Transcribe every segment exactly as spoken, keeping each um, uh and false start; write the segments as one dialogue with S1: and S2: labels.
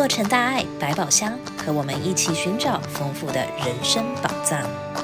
S1: 成大爱百宝箱，和我们一起寻找丰富的人生宝藏。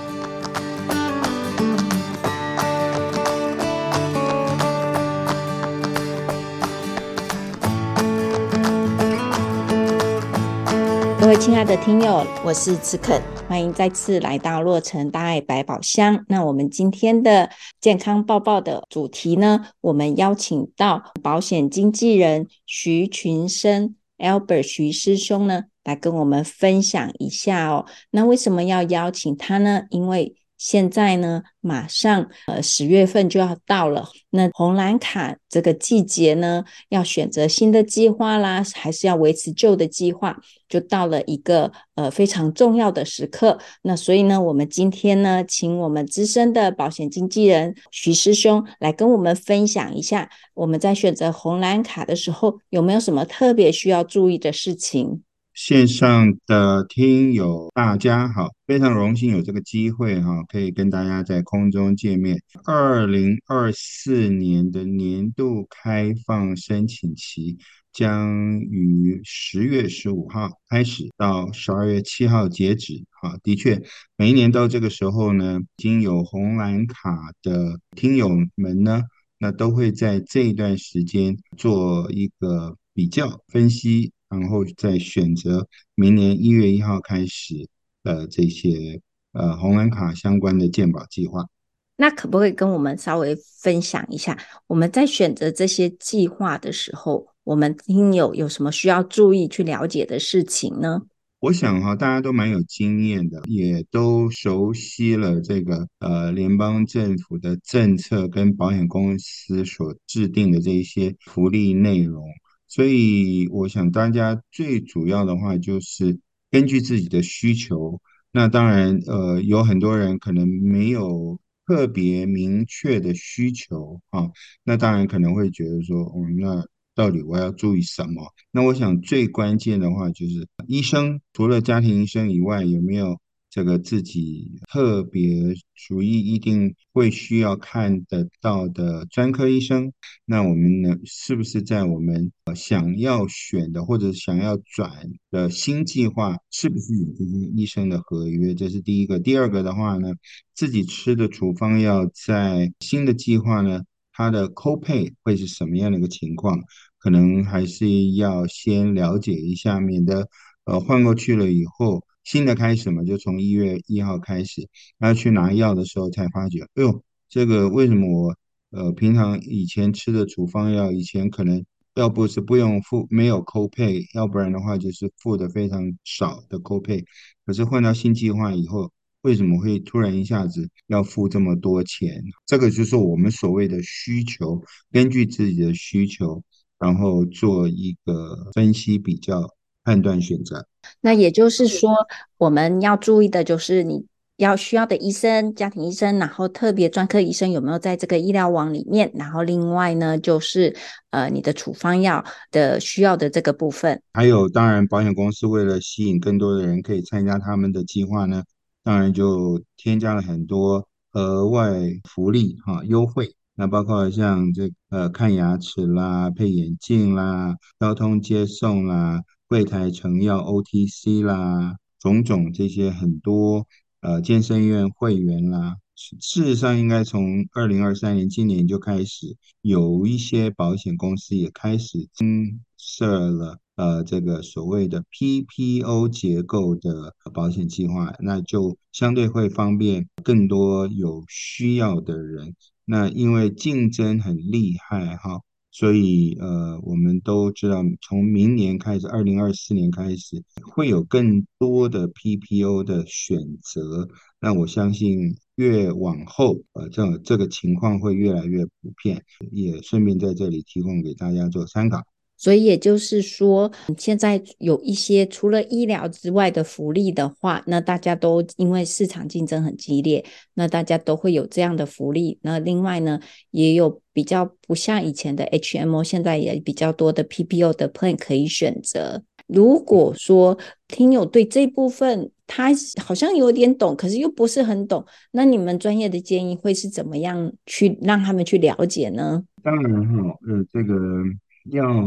S2: 各位亲爱的听友，我是慈肯，欢迎再次来到洛城大爱百宝箱。那我们今天的健康报报的主题呢，我们邀请到保险经纪人徐群生 Albert 徐师兄呢，来跟我们分享一下哦。那为什么要邀请他呢？因为现在呢，马上呃十月份就要到了，那红蓝卡这个季节呢，要选择新的计划啦，还是要维持旧的计划，就到了一个呃非常重要的时刻。那所以呢，我们今天呢，请我们资深的保险经纪人徐师兄来跟我们分享一下，我们在选择红蓝卡的时候，有没有什么特别需要注意的事情？
S3: 线上的听友大家好，非常荣幸有这个机会哈，可以跟大家在空中见面。二零二四年的年度开放申请期将于十月十五号开始，到十二月七号截止。哈，的确，每一年到这个时候呢，已经有红蓝卡的听友们呢，那都会在这一段时间做一个比较分析，然后再选择明年一月一号开始的这些呃红蓝卡相关的健保计划。
S2: 那可不可以跟我们稍微分享一下，我们在选择这些计划的时候，我们听友有什么需要注意去了解的事情呢？
S3: 我想哈，大家都蛮有经验的，也都熟悉了这个呃联邦政府的政策跟保险公司所制定的这一些福利内容，所以我想大家最主要的话就是根据自己的需求。那当然，呃，有很多人可能没有特别明确的需求啊，那当然可能会觉得说，哦，那到底我要注意什么？那我想最关键的话就是医生，除了家庭医生以外，有没有这个自己特别属于一定会需要看得到的专科医生？那我们呢，是不是在我们呃想要选的或者想要转的新计划，是不是有这些医生的合约？这是第一个。第二个的话呢，自己吃的处方药在新的计划呢，它的 copay 会是什么样的一个情况？可能还是要先了解一下，免得呃换过去了以后，新的开始嘛，就从一月一号开始，然后去拿药的时候才发觉，哎呦，这个为什么我呃平常以前吃的处方药，以前可能要不是不用付，没有 copay，要不然的话就是付的非常少的 copay，可是换到新计划以后。为什么会突然一下子要付这么多钱？这个就是我们所谓的需求，根据自己的需求，然后做一个分析、比较、判断、选择。
S2: 那也就是说，我们要注意的就是你要需要的医生、家庭医生，然后特别专科医生有没有在这个医疗网里面，然后另外呢，就是呃你的处方药的需要的这个部分。
S3: 还有，当然，保险公司为了吸引更多的人可以参加他们的计划呢，当然就添加了很多额外福利哈、优惠。那包括像这呃看牙齿啦、配眼镜啦、交通接送啦、柜台成药 O T C 啦，种种这些很多呃健身院会员啦。事实上，应该从二零二三年今年就开始，有一些保险公司也开始增设了呃这个所谓的 P P O 结构的保险计划，那就相对会方便更多有需要的人。那因为竞争很厉害哈，所以呃我们都知道，从明年开始，二零二四年开始，会有更多的 P P O 的选择。那我相信越往后，呃，这这个情况会越来越普遍，也顺便在这里提供给大家做参考。
S2: 所以也就是说，现在有一些除了医疗之外的福利的话，那大家都因为市场竞争很激烈，那大家都会有这样的福利。那另外呢，也有比较不像以前的 H M O， 现在也比较多的 P P O 的 plan 可以选择。如果说听友对这部分他好像有点懂，可是又不是很懂，那你们专业的建议会是怎么样去让他们去了解呢？
S3: 当然哈，呃，这个要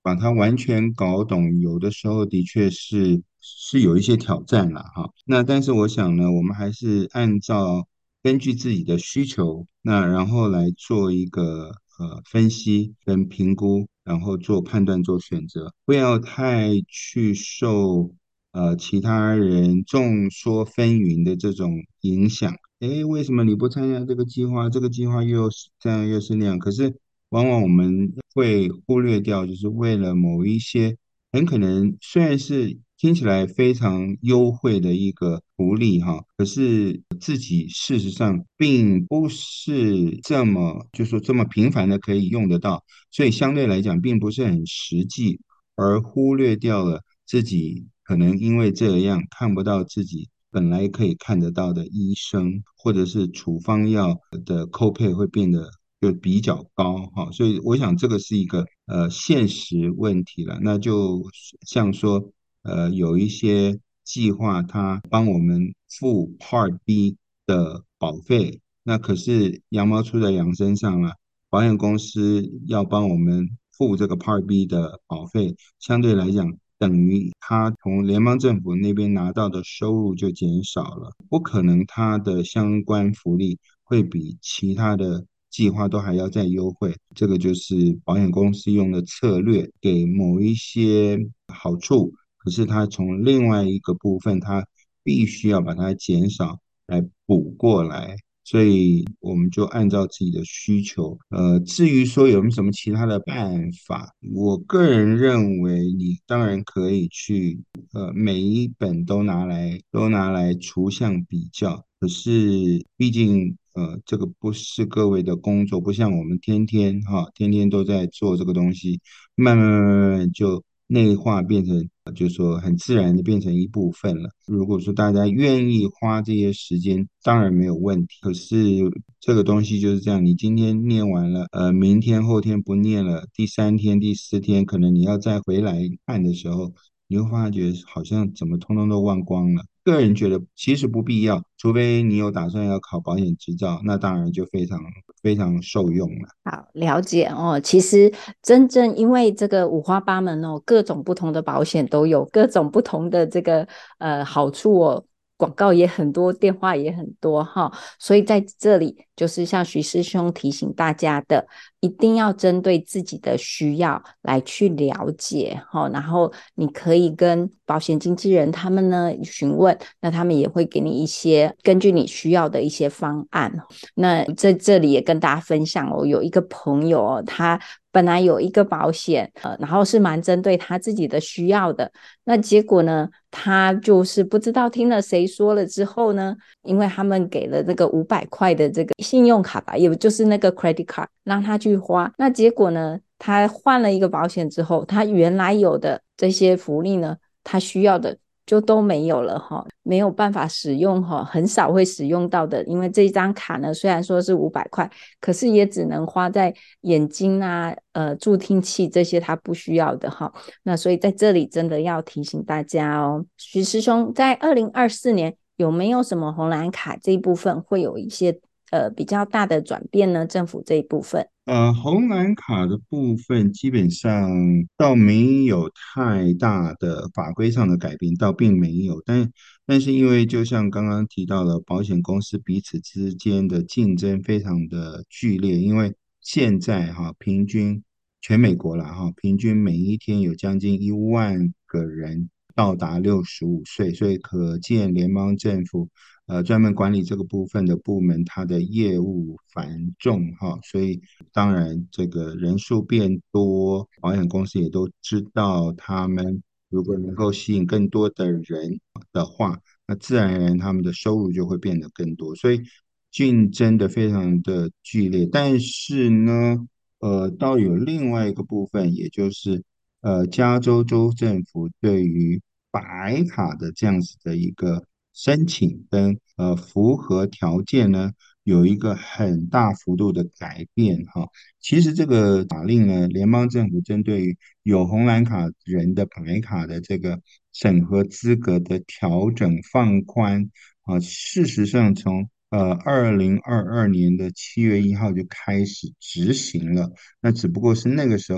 S3: 把它完全搞懂，有的时候的确是是有一些挑战了哈。那但是我想呢，我们还是按照根据自己的需求，那然后来做一个呃分析跟评估，然后做判断做选择，不要太去受呃其他人众说纷纭的这种影响。诶，为什么你不参加这个计划？这个计划又是这样又是那样，可是往往我们会忽略掉，就是为了某一些很可能虽然是听起来非常优惠的一个福利哈，可是自己事实上并不是这么就说这么频繁的可以用得到，所以相对来讲并不是很实际，而忽略掉了自己可能因为这样看不到自己本来可以看得到的医生，或者是处方药的扣配会变得就比较高哈，所以我想这个是一个呃现实问题了。那就像说呃有一些计划，它帮我们付 Part B 的保费，那可是羊毛出在羊身上了，保险公司要帮我们付这个 Part B 的保费，相对来讲，等于他从联邦政府那边拿到的收入就减少了，不可能他的相关福利会比其他的计划都还要再优惠。这个就是保险公司用的策略，给某一些好处，可是他从另外一个部分，他必须要把它减少来补过来。所以我们就按照自己的需求，呃，至于说有没有什么其他的办法，我个人认为你当然可以去，呃，每一本都拿来都拿来除项比较，可是毕竟。呃，这个不是各位的工作，不像我们天天哈，天天都在做这个东西，慢慢慢慢慢慢就内化变成，就是说很自然的变成一部分了。如果说大家愿意花这些时间，当然没有问题。可是这个东西就是这样，你今天念完了，呃，明天后天不念了，第三天、第四天，可能你要再回来看的时候，你会发觉好像怎么通通都忘光了。个人觉得其实不必要，除非你有打算要考保险执照，那当然就非常非常受用了。
S2: 好，了解哦。其实真正因为这个五花八门哦，各种不同的保险都有，各种不同的这个呃好处哦，广告也很多，电话也很多哈。所以在这里就是像徐师兄提醒大家的，一定要针对自己的需要来去了解哈。然后你可以跟保险经纪人他们呢询问，那他们也会给你一些根据你需要的一些方案。那在这里也跟大家分享哦，有一个朋友哦，他本来有一个保险，呃，然后是蛮针对他自己的需要的。那结果呢，他就是不知道听了谁说了之后呢，因为他们给了这个五百块的这个信用卡吧，也就是那个 credit card，让他去花。那结果呢，他换了一个保险之后，他原来有的这些福利呢，他需要的就都没有了哈，没有办法使用哈，很少会使用到的，因为这张卡呢，虽然说是五百块，可是也只能花在眼睛啊、呃助听器这些他不需要的哈。那所以在这里真的要提醒大家哦，徐师兄在二零二四年有没有什么红蓝卡这一部分会有一些呃比较大的转变呢？政府这一部分。
S3: 呃，红蓝卡的部分基本上倒没有太大的法规上的改变，倒并没有。但但是因为就像刚刚提到了，保险公司彼此之间的竞争非常的剧烈，因为现在哈平均全美国了哈，平均每一天有将近一万个人到达六十五岁，所以可见联邦政府呃专门管理这个部分的部门，它的业务繁重哈，所以当然这个人数变多，保险公司也都知道，他们如果能够吸引更多的人的话，那自然而然他们的收入就会变得更多，所以竞争的非常的剧烈。但是呢，呃，倒有另外一个部分，也就是呃，加州州政府对于白卡的这样子的一个申请跟呃符合条件呢，有一个很大幅度的改变哈。其实这个法令呢，联邦政府针对于有红蓝卡人的白卡的这个审核资格的调整放宽啊，事实上从呃二零二二年的七月一号就开始执行了。那只不过是那个时候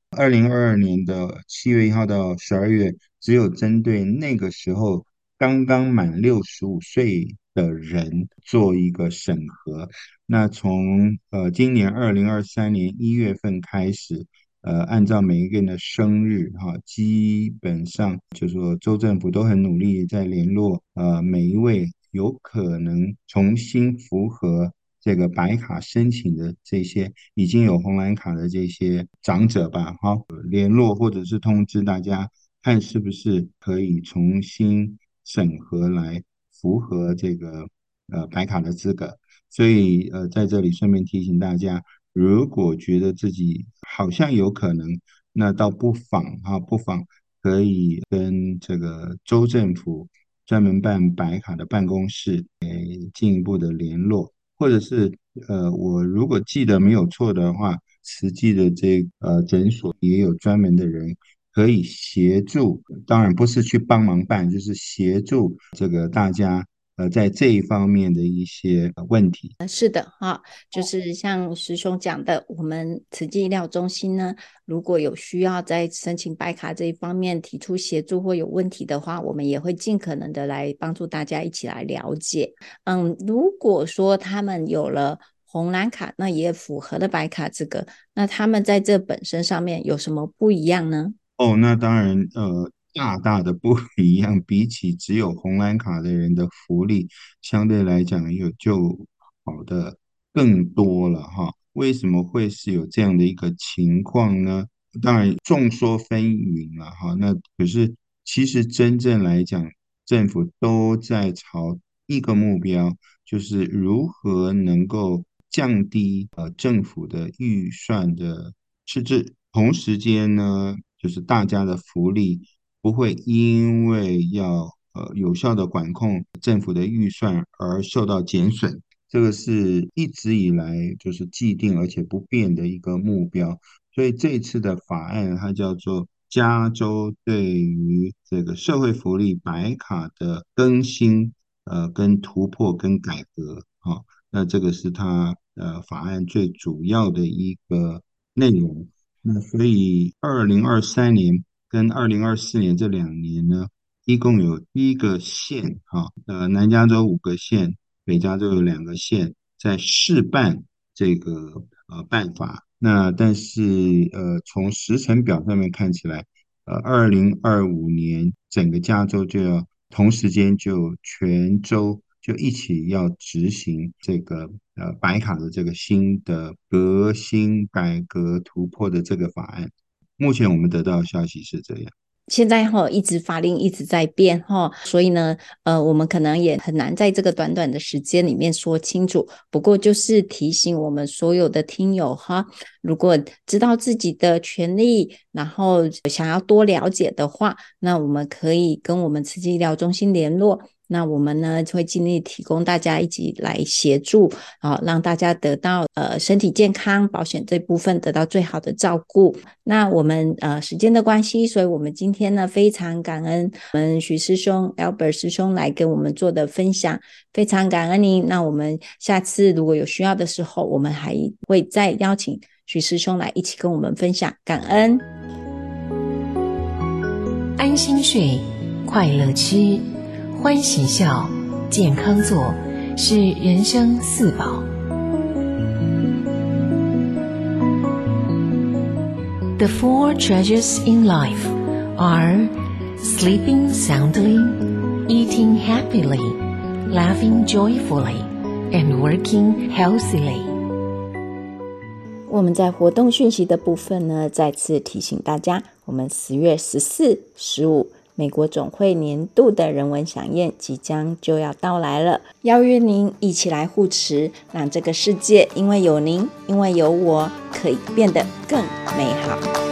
S3: 二零二二年的七月一号到十二月，只有针对那个时候刚刚满六十五岁的人做一个审核。那从呃今年二零二三年一月份开始，呃，按照每一个人的生日哈，基本上就是说州政府都很努力在联络呃每一位有可能重新符合这个白卡申请的这些已经有红蓝卡的这些长者吧，哈，联络或者是通知大家，看是不是可以重新审核来符合这个呃白卡的资格。所以呃，在这里顺便提醒大家，如果觉得自己好像有可能，那倒不妨哈，不妨可以跟这个州政府专门办白卡的办公室，诶，进一步的联络，或者是呃，我如果记得没有错的话，慈济的这呃诊所也有专门的人可以协助，当然不是去帮忙办，就是协助这个大家呃在这一方面的一些问题。
S2: 是的哈，就是像师兄讲的，我们慈济医疗中心呢，如果有需要在申请白卡这一方面提出协助或有问题的话，我们也会尽可能的来帮助大家一起来了解。嗯，如果说他们有了红蓝卡，那也符合了白卡资格，那他们在这本身上面有什么不一样呢？
S3: 哦，那当然，呃，大大的不一样。比起只有红蓝卡的人的福利，相对来讲有就好的更多了哈。为什么会是有这样的一个情况呢？当然众说纷纭了哈。那可是其实真正来讲，政府都在朝一个目标，就是如何能够降低呃政府的预算的赤字。同时间呢，就是大家的福利不会因为要呃有效的管控政府的预算而受到减损，这个是一直以来就是既定而且不变的一个目标。所以这一次的法案它叫做加州对于这个社会福利白卡的更新、呃跟突破跟改革，哈、哦，那这个是它呃法案最主要的一个内容。那所以二零二三年跟二零二四年这两年呢，一共有一个县哈，呃，南加州五个县，北加州有两个县在试办这个呃办法。那但是呃，从时程表上面看起来，呃，二零二五年整个加州就要同时间就全州就一起要执行这个呃白卡的这个新的革新改革突破的这个法案。目前我们得到的消息是这样。
S2: 现在哈一直法令一直在变哈，所以呢，呃，我们可能也很难在这个短短的时间里面说清楚。不过就是提醒我们所有的听友哈，如果知道自己的权利，然后想要多了解的话，那我们可以跟我们慈济医疗中心联络。那我们呢会尽力提供大家一起来协助啊，让大家得到呃身体健康保险这部分得到最好的照顾。那我们呃时间的关系，所以我们今天呢非常感恩我们徐师兄 Albert 师兄来跟我们做的分享，非常感恩您。那我们下次如果有需要的时候，我们还会再邀请徐师兄来一起跟我们分享，感恩。
S4: 安心睡，快乐吃，欢喜笑，健康做，是人生四宝。The four treasures in life are sleeping soundly, eating happily, laughing joyfully, and working healthily.
S2: 我们在活动讯息的部分呢，再次提醒大家，我们十月十四、十五美国总会年度的人文飨宴即将就要到来了，邀约您一起来护持，让这个世界因为有您，因为有我，可以变得更美好。